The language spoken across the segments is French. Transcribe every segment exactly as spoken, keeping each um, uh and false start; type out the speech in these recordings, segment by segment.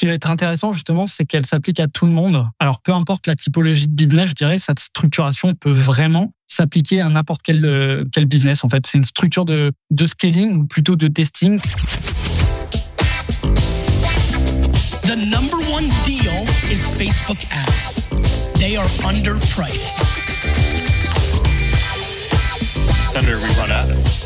qui va être intéressant justement, c'est qu'elle s'applique à tout le monde. Alors peu importe la typologie de business, je dirais, cette structuration peut vraiment s'appliquer à n'importe quel, euh, quel business en fait. C'est une structure de, de scaling ou plutôt de testing. The number one deal is Facebook ads. They are underpriced. Senator, we run ads.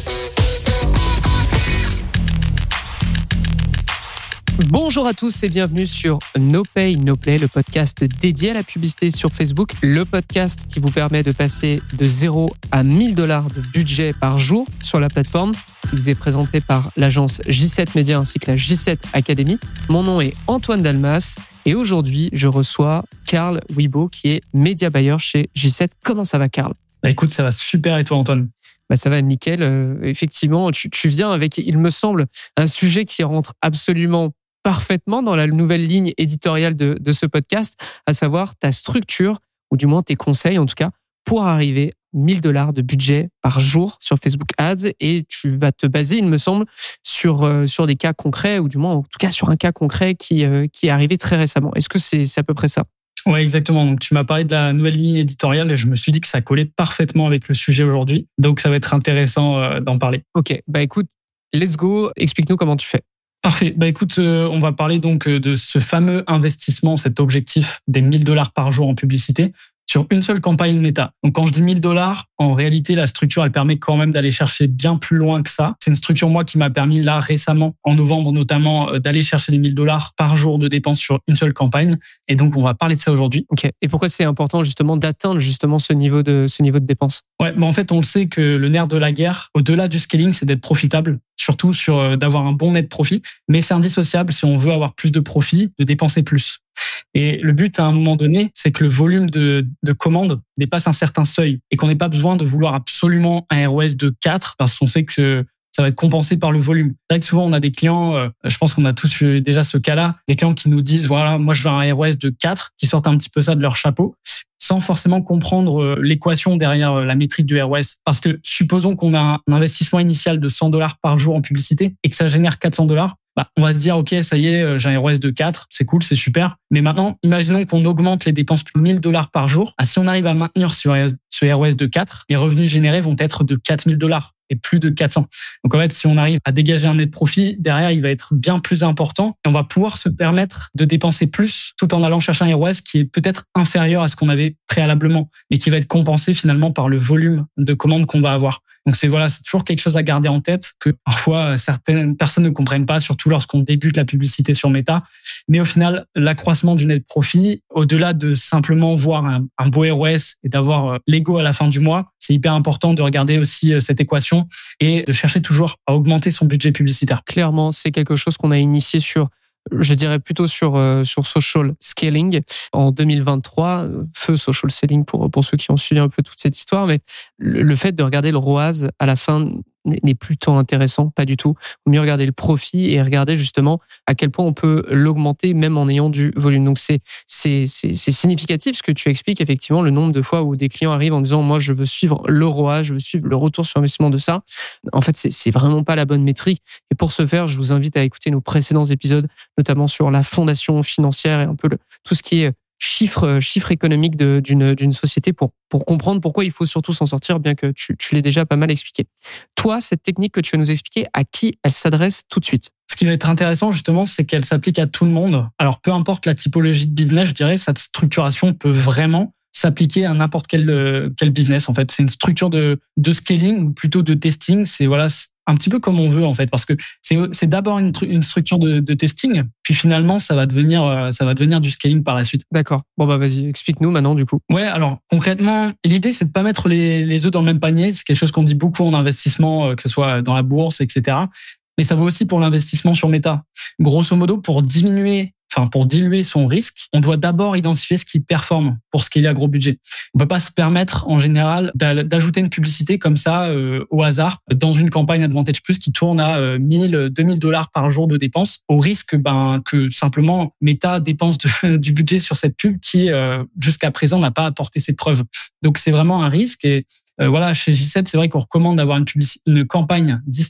Bonjour à tous et bienvenue sur No Pay, No Play, le podcast dédié à la publicité sur Facebook, le podcast qui vous permet de passer de zéro à mille dollars de budget par jour sur la plateforme. Il vous est présenté par l'agence J sept Media ainsi que la J sept Academy. Mon nom est Antoine Dalmas et aujourd'hui, je reçois Carl Wibo qui est Media Buyer chez J sept. Comment ça va, Carl ? Bah écoute, ça va super et toi, Antoine ? Bah ça va nickel. Euh, effectivement, tu, tu viens avec, il me semble, un sujet qui rentre absolument parfaitement dans la nouvelle ligne éditoriale de, de ce podcast, à savoir ta structure, ou du moins tes conseils en tout cas, pour arriver à mille dollars de budget par jour sur Facebook Ads. Et tu vas te baser, il me semble, sur, euh, sur des cas concrets, ou du moins en tout cas sur un cas concret qui, euh, qui est arrivé très récemment. Est-ce que c'est, c'est à peu près ça ? Ouais, exactement. Donc, tu m'as parlé de la nouvelle ligne éditoriale et je me suis dit que ça collait parfaitement avec le sujet aujourd'hui. Donc, ça va être intéressant euh, d'en parler. Ok, bah écoute, let's go. Explique-nous comment tu fais. Parfait. Bah écoute, euh, on va parler donc de ce fameux investissement, cet objectif des mille dollars par jour en publicité sur une seule campagne Meta. Donc quand je dis mille dollars, en réalité la structure elle permet quand même d'aller chercher bien plus loin que ça. C'est une structure moi qui m'a permis là récemment, en novembre notamment, d'aller chercher les mille dollars par jour de dépenses sur une seule campagne. Et donc on va parler de ça aujourd'hui. Ok. Et pourquoi c'est important justement d'atteindre justement ce niveau de ce niveau de dépenses ? Ouais, mais en fait on le sait que le nerf de la guerre, au-delà du scaling, c'est d'être profitable. Surtout sur euh, d'avoir un bon net profit, mais c'est indissociable si on veut avoir plus de profit, de dépenser plus. Et le but à un moment donné, c'est que le volume de, de commandes dépasse un certain seuil et qu'on n'ait pas besoin de vouloir absolument un R O S de quatre parce qu'on sait que ça va être compensé par le volume. C'est vrai que souvent on a des clients, euh, je pense qu'on a tous eu déjà ce cas-là, des clients qui nous disent voilà, moi je veux un R O S de quatre, qui sortent un petit peu ça de leur chapeau, sans forcément comprendre l'équation derrière la métrique du R O S. Parce que supposons qu'on a un investissement initial de cent dollars par jour en publicité et que ça génère quatre cents dollars, bah, on va se dire, OK, ça y est, j'ai un R O S de quatre, c'est cool, c'est super. Mais maintenant, imaginons qu'on augmente les dépenses de mille dollars par jour. Ah, si on arrive à maintenir ce R O S de quatre, les revenus générés vont être de quatre mille dollars et plus de quatre cents. Donc en fait, si on arrive à dégager un net profit, derrière, il va être bien plus important et on va pouvoir se permettre de dépenser plus tout en allant chercher un R O S qui est peut-être inférieur à ce qu'on avait préalablement et qui va être compensé finalement par le volume de commandes qu'on va avoir. Donc c'est voilà, c'est toujours quelque chose à garder en tête que parfois certaines personnes ne comprennent pas, surtout lorsqu'on débute la publicité sur Meta. Mais au final, l'accroissement du net profit, au-delà de simplement voir un, un beau R O S et d'avoir l'ego à la fin du mois, c'est hyper important de regarder aussi cette équation et de chercher toujours à augmenter son budget publicitaire. Clairement, c'est quelque chose qu'on a initié sur, je dirais plutôt sur euh, sur social scaling en deux mille vingt-trois, feu social selling pour pour ceux qui ont suivi un peu toute cette histoire, mais le, le fait de regarder le R O A S à la fin n'est plus tant intéressant, pas du tout. Il faut mieux regarder le profit et regarder justement à quel point on peut l'augmenter même en ayant du volume. Donc c'est c'est c'est, c'est significatif ce que tu expliques, effectivement, le nombre de fois où des clients arrivent en disant moi je veux suivre le R O A S, je veux suivre le retour sur investissement de ça. En fait, c'est c'est vraiment pas la bonne métrique. Et pour ce faire, je vous invite à écouter nos précédents épisodes, notamment sur la fondation financière et un peu le, tout ce qui est chiffres chiffres économiques de, d'une d'une société pour pour comprendre pourquoi il faut surtout s'en sortir, bien que tu tu l'aies déjà pas mal expliqué. Toi, cette technique que tu vas nous expliquer, à qui elle s'adresse tout de suite ? Ce qui va être intéressant justement, c'est qu'elle s'applique à tout le monde. Alors peu importe la typologie de business, je dirais cette structuration peut vraiment s'appliquer à n'importe quel quel business en fait. C'est une structure de de scaling ou plutôt de testing. C'est voilà un petit peu comme on veut en fait, parce que c'est c'est d'abord une, une structure de, de testing, puis finalement ça va devenir ça va devenir du scaling par la suite. D'accord. Bon bah vas-y, explique-nous maintenant du coup. Ouais, alors concrètement, l'idée c'est de pas mettre les les œufs dans le même panier. C'est quelque chose qu'on dit beaucoup en investissement, que ce soit dans la bourse, et cetera. Mais ça vaut aussi pour l'investissement sur Meta. Grosso modo, pour diminuer Enfin, pour diluer son risque, on doit d'abord identifier ce qui performe pour ce qui est à gros budget. On peut pas se permettre, en général, d'ajouter une publicité comme ça euh, au hasard dans une campagne Advantage Plus qui tourne à euh, mille, deux mille dollars par jour de dépenses, au risque ben que simplement Meta dépense de, du budget sur cette pub qui euh, jusqu'à présent n'a pas apporté ses preuves. Donc c'est vraiment un risque et euh, voilà, chez J sept, c'est vrai qu'on recommande d'avoir une, publici- une campagne distincte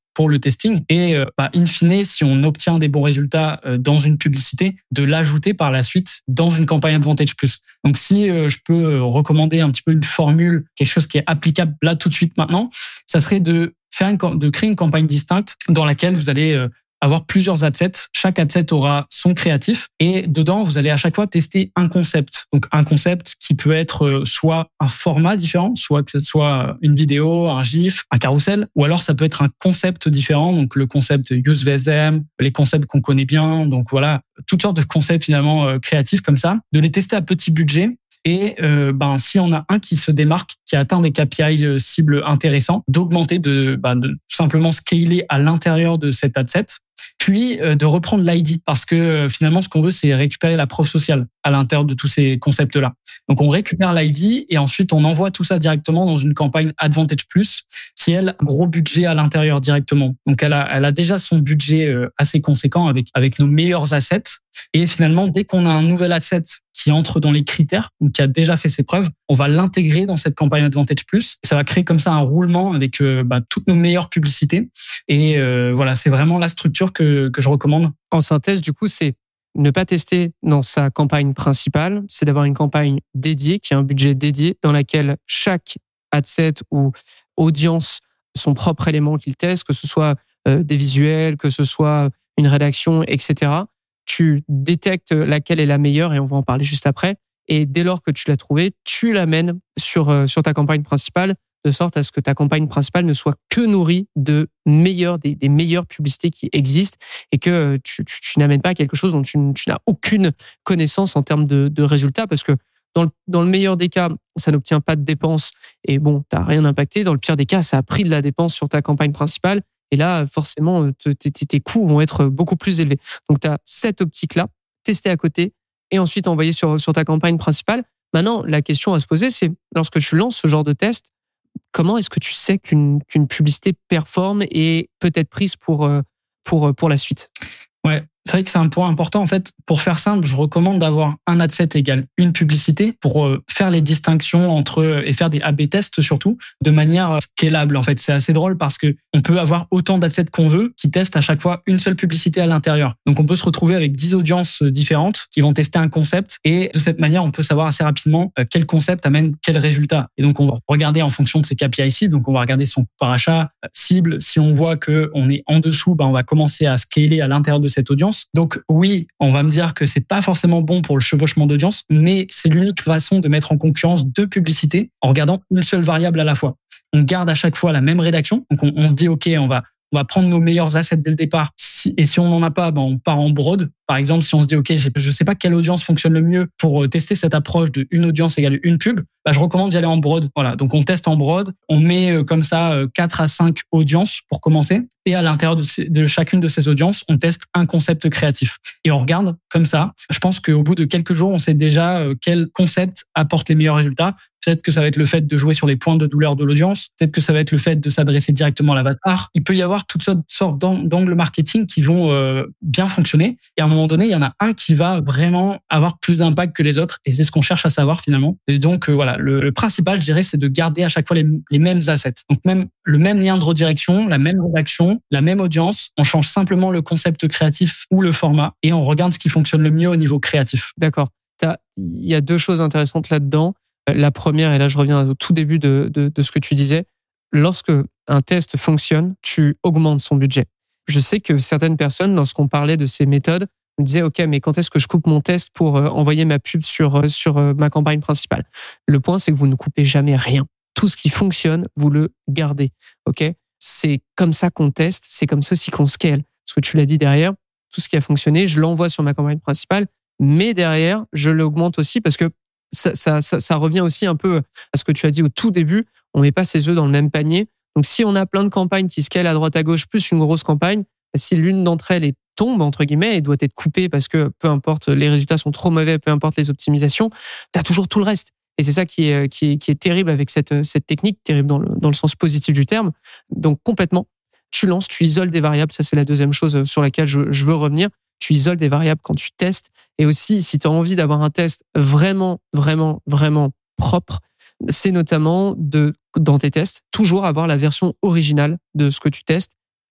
pour le testing et euh, bah, in fine, si on obtient des bons résultats euh, dans une publicité, de l'ajouter par la suite dans une campagne Advantage Plus. Donc si euh, je peux euh, recommander un petit peu une formule, quelque chose qui est applicable là tout de suite maintenant, ça serait de faire une, de créer une campagne distincte dans laquelle vous allez euh, avoir plusieurs adsets. Chaque adset aura son créatif et dedans, vous allez à chaque fois tester un concept. Donc, un concept qui peut être soit un format différent, soit que ce soit une vidéo, un GIF, un carrousel, ou alors ça peut être un concept différent. Donc, le concept Use V S M, les concepts qu'on connaît bien. Donc, voilà, toutes sortes de concepts finalement euh, créatifs comme ça. De les tester à petit budget. Et euh, ben si on a un qui se démarque, qui atteint des K P I cibles intéressants, d'augmenter, de, ben, de tout simplement scaler à l'intérieur de cet adset, puis euh, de reprendre l'I D parce que euh, finalement ce qu'on veut c'est récupérer la preuve sociale à l'intérieur de tous ces concepts-là. Donc on récupère l'I D et ensuite on envoie tout ça directement dans une campagne Advantage Plus qui elle a un gros budget à l'intérieur directement. Donc elle a elle a déjà son budget euh, assez conséquent avec avec nos meilleurs assets et finalement dès qu'on a un nouvel asset qui entre dans les critères, donc qui a déjà fait ses preuves, on va l'intégrer dans cette campagne Advantage Plus. Ça va créer comme ça un roulement avec euh, bah, toutes nos meilleures publicités. Et euh, voilà, c'est vraiment la structure que, que je recommande. En synthèse, du coup, c'est ne pas tester dans sa campagne principale, c'est d'avoir une campagne dédiée, qui a un budget dédié, dans laquelle chaque adset ou audience, son propre élément qu'il teste, que ce soit euh, des visuels, que ce soit une rédaction, et cetera. Tu détectes laquelle est la meilleure et on va en parler juste après. Et dès lors que tu l'as trouvée, tu l'amènes sur euh, sur ta campagne principale, de sorte à ce que ta campagne principale ne soit que nourrie de meilleures des, des meilleures publicités qui existent et que euh, tu, tu, tu n'amènes pas quelque chose dont tu, tu n'as aucune connaissance en termes de, de résultats, parce que dans le, dans le meilleur des cas, ça n'obtient pas de dépenses et bon, t'as rien impacté. Dans le pire des cas, ça a pris de la dépense sur ta campagne principale. Et là, forcément, tes, tes coûts vont être beaucoup plus élevés. Donc, tu as cette optique-là, tester à côté et ensuite envoyer sur, sur ta campagne principale. Maintenant, la question à se poser, c'est lorsque tu lances ce genre de test, comment est-ce que tu sais qu'une, qu'une publicité performe et peut être prise pour, pour, pour la suite ? Ouais, c'est vrai que c'est un point important. En fait, pour faire simple, je recommande d'avoir un adset égale une publicité pour faire les distinctions entre et faire des A B tests surtout de manière scalable. En fait, c'est assez drôle parce que on peut avoir autant d'adsets qu'on veut qui testent à chaque fois une seule publicité à l'intérieur. Donc, on peut se retrouver avec dix audiences différentes qui vont tester un concept et de cette manière, on peut savoir assez rapidement quel concept amène quel résultat. Et donc, on va regarder en fonction de ses K P I cibles. Donc, on va regarder son coût par achat cible. Si on voit que on est en dessous, ben on va commencer à scaler à l'intérieur de cette audience. Donc oui, on va me dire que c'est pas forcément bon pour le chevauchement d'audience, mais c'est l'unique façon de mettre en concurrence deux publicités en regardant une seule variable à la fois. On garde à chaque fois la même rédaction, donc on, on se dit ok, on va on va prendre nos meilleurs assets dès le départ. Si, et si on n'en a pas, ben on part en broad. Par exemple, si on se dit ok, je sais pas quelle audience fonctionne le mieux pour tester cette approche de une audience égale une pub, ben je recommande d'y aller en broad. Voilà, donc on teste en broad, on met comme ça quatre à cinq audiences pour commencer, et à l'intérieur de, ces, de chacune de ces audiences, on teste un concept créatif et on regarde comme ça. Je pense qu'au bout de quelques jours, on sait déjà quel concept apporte les meilleurs résultats. Peut-être que ça va être le fait de jouer sur les points de douleur de l'audience. Peut-être que ça va être le fait de s'adresser directement à l'avatar. Il peut y avoir toutes sortes d'angles marketing qui vont euh, bien fonctionner. Et à un moment donné, il y en a un qui va vraiment avoir plus d'impact que les autres. Et c'est ce qu'on cherche à savoir finalement. Et donc euh, voilà, le, le principal, je dirais, c'est de garder à chaque fois les, les mêmes assets. Donc même le même lien de redirection, la même rédaction, la même audience. On change simplement le concept créatif ou le format et on regarde ce qui fonctionne le mieux au niveau créatif. D'accord. Il y a deux choses intéressantes là-dedans. La première, et là je reviens au tout début de, de, de ce que tu disais, lorsque un test fonctionne, tu augmentes son budget. Je sais que certaines personnes, lorsqu'on parlait de ces méthodes, me disaient « Ok, mais quand est-ce que je coupe mon test pour euh, envoyer ma pub sur, euh, sur euh, ma campagne principale ?» Le point, c'est que vous ne coupez jamais rien. Tout ce qui fonctionne, vous le gardez. Ok ? C'est comme ça qu'on teste, c'est comme ça aussi qu'on scale. Parce que tu l'as dit derrière, tout ce qui a fonctionné, je l'envoie sur ma campagne principale, mais derrière, je l'augmente aussi parce que Ça, ça, ça, ça revient aussi un peu à ce que tu as dit au tout début. On met pas ses œufs dans le même panier. Donc, si on a plein de campagnes qui scalent à droite à gauche, plus une grosse campagne, si l'une d'entre elles est tombe, entre guillemets, et doit être coupée parce que peu importe, les résultats sont trop mauvais, peu importe les optimisations, t'as toujours tout le reste. Et c'est ça qui est, qui est, qui est terrible avec cette, cette technique, terrible dans le, dans le sens positif du terme. Donc, complètement, tu lances, tu isoles des variables. Ça, c'est la deuxième chose sur laquelle je, je veux revenir. Tu isoles des variables quand tu testes. Et aussi, si tu as envie d'avoir un test vraiment, vraiment, vraiment propre, c'est notamment de, dans tes tests, toujours avoir la version originale de ce que tu testes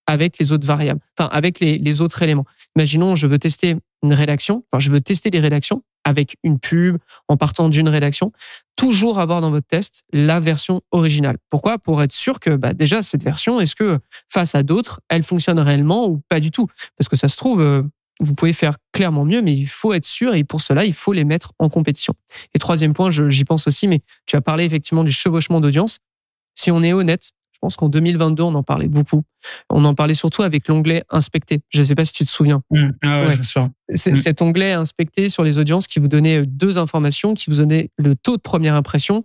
avec les autres variables, enfin avec les, les autres éléments. Imaginons, je veux tester une rédaction, enfin je veux tester les rédactions avec une pub en partant d'une rédaction. Toujours avoir dans votre test la version originale. Pourquoi ? Pour être sûr que bah, déjà cette version, est-ce que face à d'autres, elle fonctionne réellement ou pas du tout ? Parce que ça se trouve, euh, vous pouvez faire clairement mieux, mais il faut être sûr et pour cela, il faut les mettre en compétition. Et troisième point, je, j'y pense aussi, mais tu as parlé effectivement du chevauchement d'audience. Si on est honnête, je pense qu'en deux mille vingt-deux, on en parlait beaucoup. On en parlait surtout avec l'onglet inspecter. Je ne sais pas si tu te souviens. Mmh. Ah ouais, ouais. Je suis sûr. C'est, mmh. Cet onglet inspecter sur les audiences qui vous donnait deux informations, qui vous donnait le taux de première impression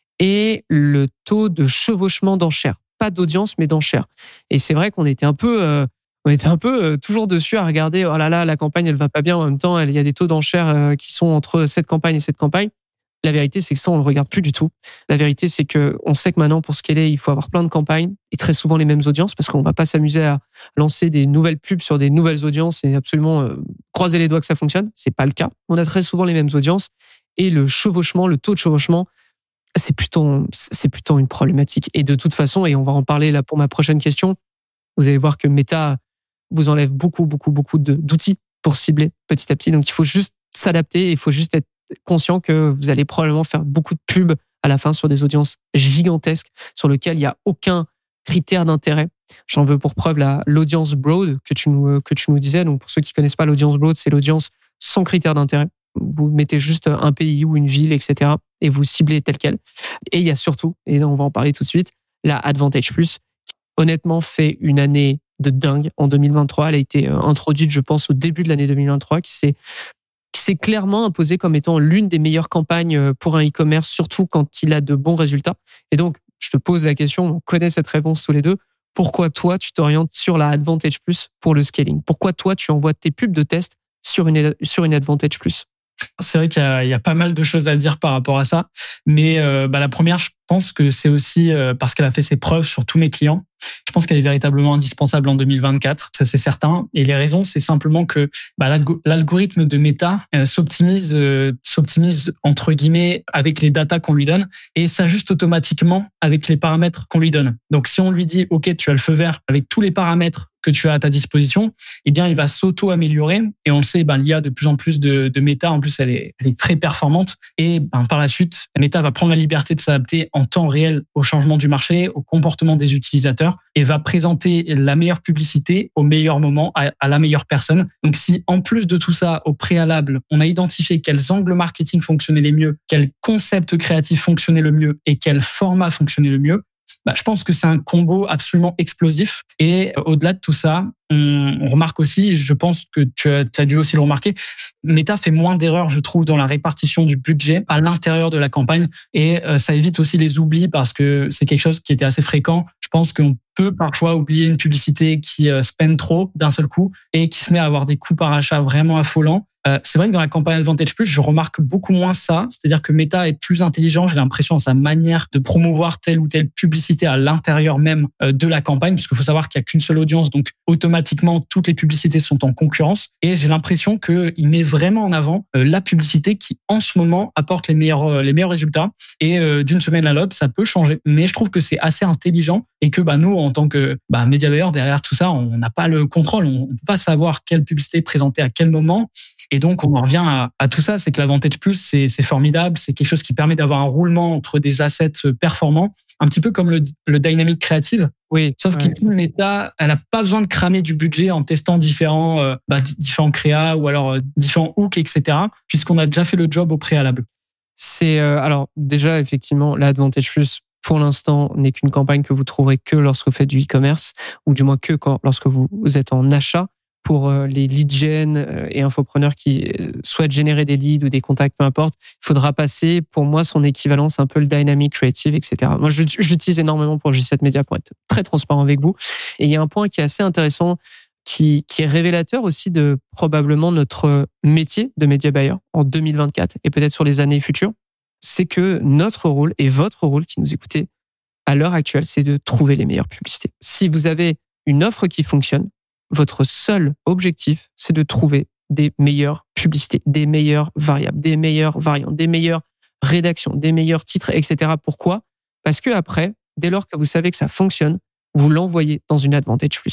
et le taux de chevauchement d'enchères. Pas d'audience, mais d'enchères. Et c'est vrai qu'on était un peu, euh, on était un peu euh, toujours dessus à regarder. Oh là là, la campagne, elle va pas bien. En même temps, il y a des taux d'enchères euh, qui sont entre cette campagne et cette campagne. La vérité, c'est que ça, on le regarde plus du tout. La vérité, c'est que on sait que maintenant, pour scaler, il faut avoir plein de campagnes et très souvent les mêmes audiences parce qu'on va pas s'amuser à lancer des nouvelles pubs sur des nouvelles audiences et absolument euh, croiser les doigts que ça fonctionne. C'est pas le cas. On a très souvent les mêmes audiences et le chevauchement, le taux de chevauchement, c'est plutôt, c'est plutôt une problématique. Et de toute façon, et on va en parler là pour ma prochaine question, vous allez voir que Meta vous enlève beaucoup, beaucoup, beaucoup de, d'outils pour cibler petit à petit. Donc, il faut juste s'adapter et il faut juste être conscient que vous allez probablement faire beaucoup de pubs à la fin sur des audiences gigantesques sur lesquelles il n'y a aucun critère d'intérêt. J'en veux pour preuve la, l'audience broad que tu nous, que tu nous disais. Donc, pour ceux qui connaissent pas l'audience broad, c'est l'audience sans critère d'intérêt. Vous mettez juste un pays ou une ville, et cetera et vous ciblez tel quel. Et il y a surtout, et là, on va en parler tout de suite, la Advantage Plus, qui honnêtement fait une année de dingue en deux mille vingt-trois. Elle a été introduite, je pense, au début de l'année deux mille vingt-trois, qui s'est qui s'est clairement imposé comme étant l'une des meilleures campagnes pour un e-commerce, surtout quand il a de bons résultats. Et donc, je te pose la question, on connaît cette réponse tous les deux. Pourquoi toi, tu t'orientes sur la Advantage Plus pour le scaling ? Pourquoi toi, tu envoies tes pubs de test sur une, sur une Advantage Plus ? C'est vrai qu'il y a, il y a pas mal de choses à dire par rapport à ça. Mais euh, bah, la première, je pense que c'est aussi euh, parce qu'elle a fait ses preuves sur tous mes clients. Je pense qu'elle est véritablement indispensable en deux mille vingt-quatre, ça c'est certain. Et les raisons, c'est simplement que bah, l'algorithme de Meta euh, s'optimise, euh, s'optimise entre guillemets avec les datas qu'on lui donne et s'ajuste automatiquement avec les paramètres qu'on lui donne. Donc si on lui dit OK, tu as le feu vert avec tous les paramètres que tu as à ta disposition, eh bien il va s'auto-améliorer. Et on le sait, ben il y a de plus en plus de, de Meta. En plus, elle est, elle est très performante. Et ben par la suite, Meta va prendre la liberté de s'adapter en temps réel au changement du marché, au comportement des utilisateurs, et va présenter la meilleure publicité au meilleur moment à, à la meilleure personne. Donc si en plus de tout ça, au préalable, on a identifié quels angles marketing fonctionnaient les mieux, quels concepts créatifs fonctionnaient le mieux et quel format fonctionnait le mieux, bah, je pense que c'est un combo absolument explosif. Et au-delà de tout ça, on, on remarque aussi, je pense que tu as, tu as dû aussi le remarquer, Meta fait moins d'erreurs, je trouve, dans la répartition du budget à l'intérieur de la campagne. Et euh, ça évite aussi les oublis parce que c'est quelque chose qui était assez fréquent. Je pense qu'on peut parfois oublier une publicité qui euh, spend trop d'un seul coup et qui se met à avoir des coûts par achat vraiment affolants. Euh, c'est vrai que dans la campagne Advantage Plus, je remarque beaucoup moins ça. C'est-à-dire que Meta est plus intelligent, j'ai l'impression, dans sa manière de promouvoir telle ou telle publicité à l'intérieur même euh, de la campagne, parce qu'il faut savoir qu'il n'y a qu'une seule audience, donc automatiquement, toutes les publicités sont en concurrence. Et j'ai l'impression qu'il met vraiment en avant euh, la publicité qui, en ce moment, apporte les meilleurs, euh, les meilleurs résultats. Et euh, d'une semaine à l'autre, ça peut changer. Mais je trouve que c'est assez intelligent et que bah, nous, en tant que bah, média buyer, derrière tout ça, on n'a pas le contrôle. On ne peut pas savoir quelle publicité est présentée à quel moment. Et donc, on en revient à, à tout ça, c'est que l'Advantage Plus, c'est, c'est formidable, c'est quelque chose qui permet d'avoir un roulement entre des assets performants, un petit peu comme le, le Dynamic Creative. Oui. Sauf ouais. que Meta, elle n'a pas besoin de cramer du budget en testant différents, euh, bah, différents créas ou alors euh, différents hooks, et cetera, puisqu'on a déjà fait le job au préalable. C'est euh, alors déjà effectivement l'Advantage Plus. Pour l'instant, n'est qu'une campagne que vous trouverez que lorsque vous faites du e-commerce, ou du moins que quand, lorsque vous, vous êtes en achat. Pour les lead gen et infopreneurs qui souhaitent générer des leads ou des contacts, peu importe, il faudra passer, pour moi, son équivalent, c'est un peu le Dynamic Creative, et cetera. Moi, je, je l'utilise énormément pour G sept Media pour être très transparent avec vous. Et il y a un point qui est assez intéressant, qui, qui est révélateur aussi de probablement notre métier de media buyer en deux mille vingt-quatre et peut-être sur les années futures. C'est que notre rôle et votre rôle qui nous écoutez à l'heure actuelle, c'est de trouver les meilleures publicités. Si vous avez une offre qui fonctionne, votre seul objectif, c'est de trouver des meilleures publicités, des meilleures variables, des meilleures variantes, des meilleures rédactions, des meilleurs titres, et cetera. Pourquoi ? Parce que après, dès lors que vous savez que ça fonctionne, vous l'envoyez dans une Advantage Plus.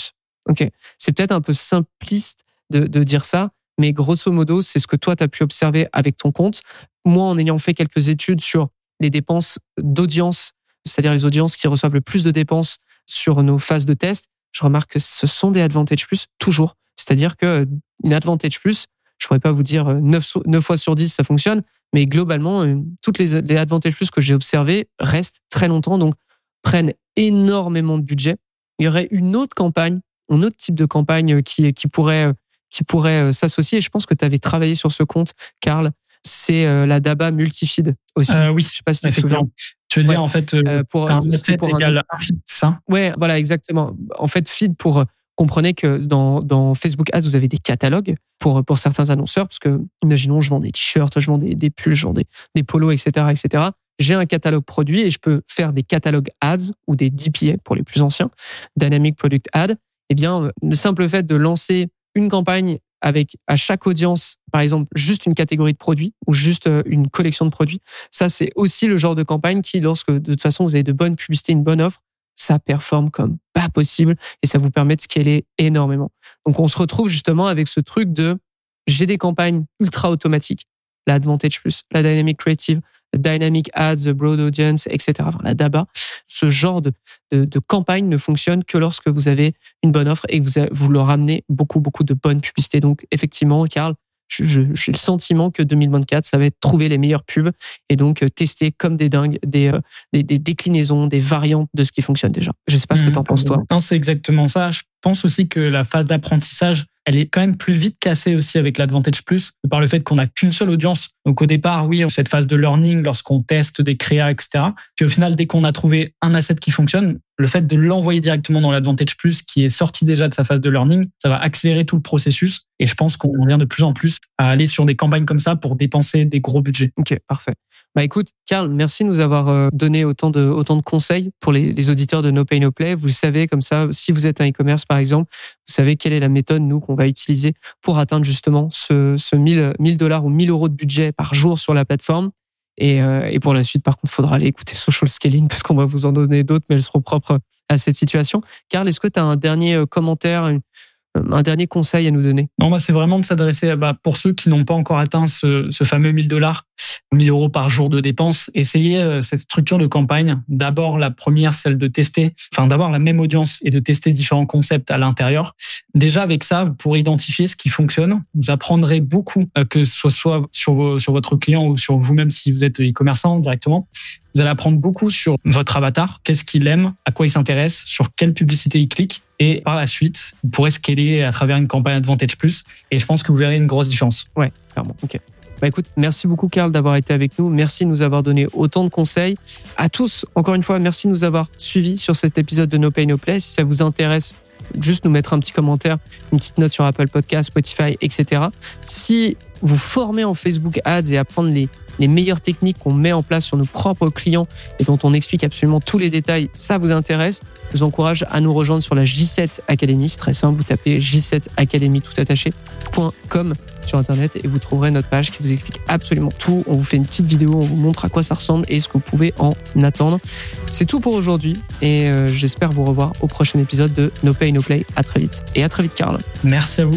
Ok. C'est peut-être un peu simpliste de, de dire ça, mais grosso modo, c'est ce que toi, tu as pu observer avec ton compte. Moi, en ayant fait quelques études sur les dépenses d'audience, c'est-à-dire les audiences qui reçoivent le plus de dépenses sur nos phases de test, je remarque que ce sont des Advantage Plus, toujours. C'est-à-dire que une Advantage Plus, je pourrais pas vous dire neuf, neuf fois sur dix, ça fonctionne, mais globalement, toutes les, les Advantage Plus que j'ai observées restent très longtemps, donc prennent énormément de budget. Il y aurait une autre campagne, un autre type de campagne qui, qui pourrait, qui pourrait s'associer. Et je pense que tu avais travaillé sur ce compte, Karl. C'est la D A B A multifeed aussi. Euh, oui, je sais pas si tu te souviens. Tu veux ouais. dire, en fait, euh, pour un asset égale un feed, c'est ça? Ouais, voilà, exactement. En fait, feed pour, comprenez que dans, dans Facebook Ads, vous avez des catalogues pour, pour certains annonceurs, parce que, imaginons, je vends des t-shirts, je vends des, des pulls, je vends des, des polos, et cetera, et cetera. J'ai un catalogue produit et je peux faire des catalogues ads ou des D P A pour les plus anciens, Dynamic Product Ad. Eh bien, le simple fait de lancer une campagne avec à chaque audience, par exemple, juste une catégorie de produits ou juste une collection de produits, ça, c'est aussi le genre de campagne qui, lorsque de toute façon, vous avez de bonnes publicités, une bonne offre, ça performe comme pas possible et ça vous permet de scaler énormément. Donc, on se retrouve justement avec ce truc de j'ai des campagnes ultra automatiques, la Advantage Plus, la Dynamic Creative, Dynamic Ads, Broad Audience, et cetera. Enfin, la D A B A, ce genre de, de, de campagne ne fonctionne que lorsque vous avez une bonne offre et que vous, vous leur ramenez beaucoup, beaucoup de bonnes publicités. Donc, effectivement, Karl, je, je, j'ai le sentiment que deux mille vingt-quatre, ça va être trouver les meilleures pubs et donc tester comme des dingues des, euh, des, des déclinaisons, des variantes de ce qui fonctionne déjà. Je sais pas ce que tu en penses, toi. Non, c'est exactement ça. Je pense aussi que la phase d'apprentissage, elle est quand même plus vite cassée aussi avec l'Advantage Plus, par le fait qu'on n'a qu'une seule audience. Donc au départ, oui, cette phase de learning, lorsqu'on teste des créas, et cetera. Puis au final, dès qu'on a trouvé un asset qui fonctionne, le fait de l'envoyer directement dans l'Advantage Plus, qui est sorti déjà de sa phase de learning, ça va accélérer tout le processus. Et je pense qu'on vient de plus en plus à aller sur des campagnes comme ça pour dépenser des gros budgets. Ok, parfait. Bah écoute, Karl, merci de nous avoir donné autant de, autant de conseils pour les, les auditeurs de No Pay No Play. Vous le savez, comme ça, si vous êtes un e-commerce par exemple, vous savez quelle est la méthode, nous, qu'on va utiliser pour atteindre justement ce, ce mille dollars ou mille euros de budget par jour sur la plateforme. Et, euh, et pour la suite, par contre, il faudra aller écouter Social Scaling parce qu'on va vous en donner d'autres, mais elles seront propres à cette situation. Karl, est-ce que tu as un dernier commentaire, une, un dernier conseil à nous donner? Non, bah, c'est vraiment de s'adresser à, bah, pour ceux qui n'ont pas encore atteint ce, ce fameux mille dollars, mille euros par jour de dépenses, essayez cette structure de campagne. D'abord, la première, celle de tester, enfin, d'avoir la même audience et de tester différents concepts à l'intérieur. Déjà, avec ça, vous pourrez identifier ce qui fonctionne. Vous apprendrez beaucoup, que ce soit sur, vos, sur votre client ou sur vous-même si vous êtes e-commerçant directement. Vous allez apprendre beaucoup sur votre avatar, qu'est-ce qu'il aime, à quoi il s'intéresse, sur quelle publicité il clique. Et par la suite, vous pourrez scaler à travers une campagne Advantage Plus. Et je pense que vous verrez une grosse différence. Ouais, clairement. Ok. Bah écoute, merci beaucoup Karl d'avoir été avec nous. Merci de nous avoir donné autant de conseils. À tous, encore une fois, merci de nous avoir suivis sur cet épisode de No Pay No Play. Si ça vous intéresse, juste nous mettre un petit commentaire, une petite note sur Apple Podcast, Spotify, et cetera. Si vous formez en Facebook Ads et apprendre les, les meilleures techniques qu'on met en place sur nos propres clients et dont on explique absolument tous les détails, ça vous intéresse, je vous encourage à nous rejoindre sur la J sept Academy. C'est très simple, vous tapez j sept academy tout attaché point com sur Internet et vous trouverez notre page qui vous explique absolument tout. On vous fait une petite vidéo, on vous montre à quoi ça ressemble et ce que vous pouvez en attendre. C'est tout pour aujourd'hui et euh, j'espère vous revoir au prochain épisode de No Pay No Play. À très vite. Et à très vite, Karl. Merci à vous.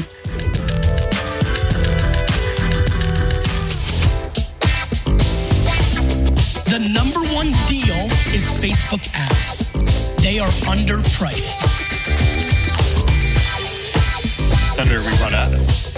The number one deal is Facebook ads. They are underpriced. Senator, we run ads.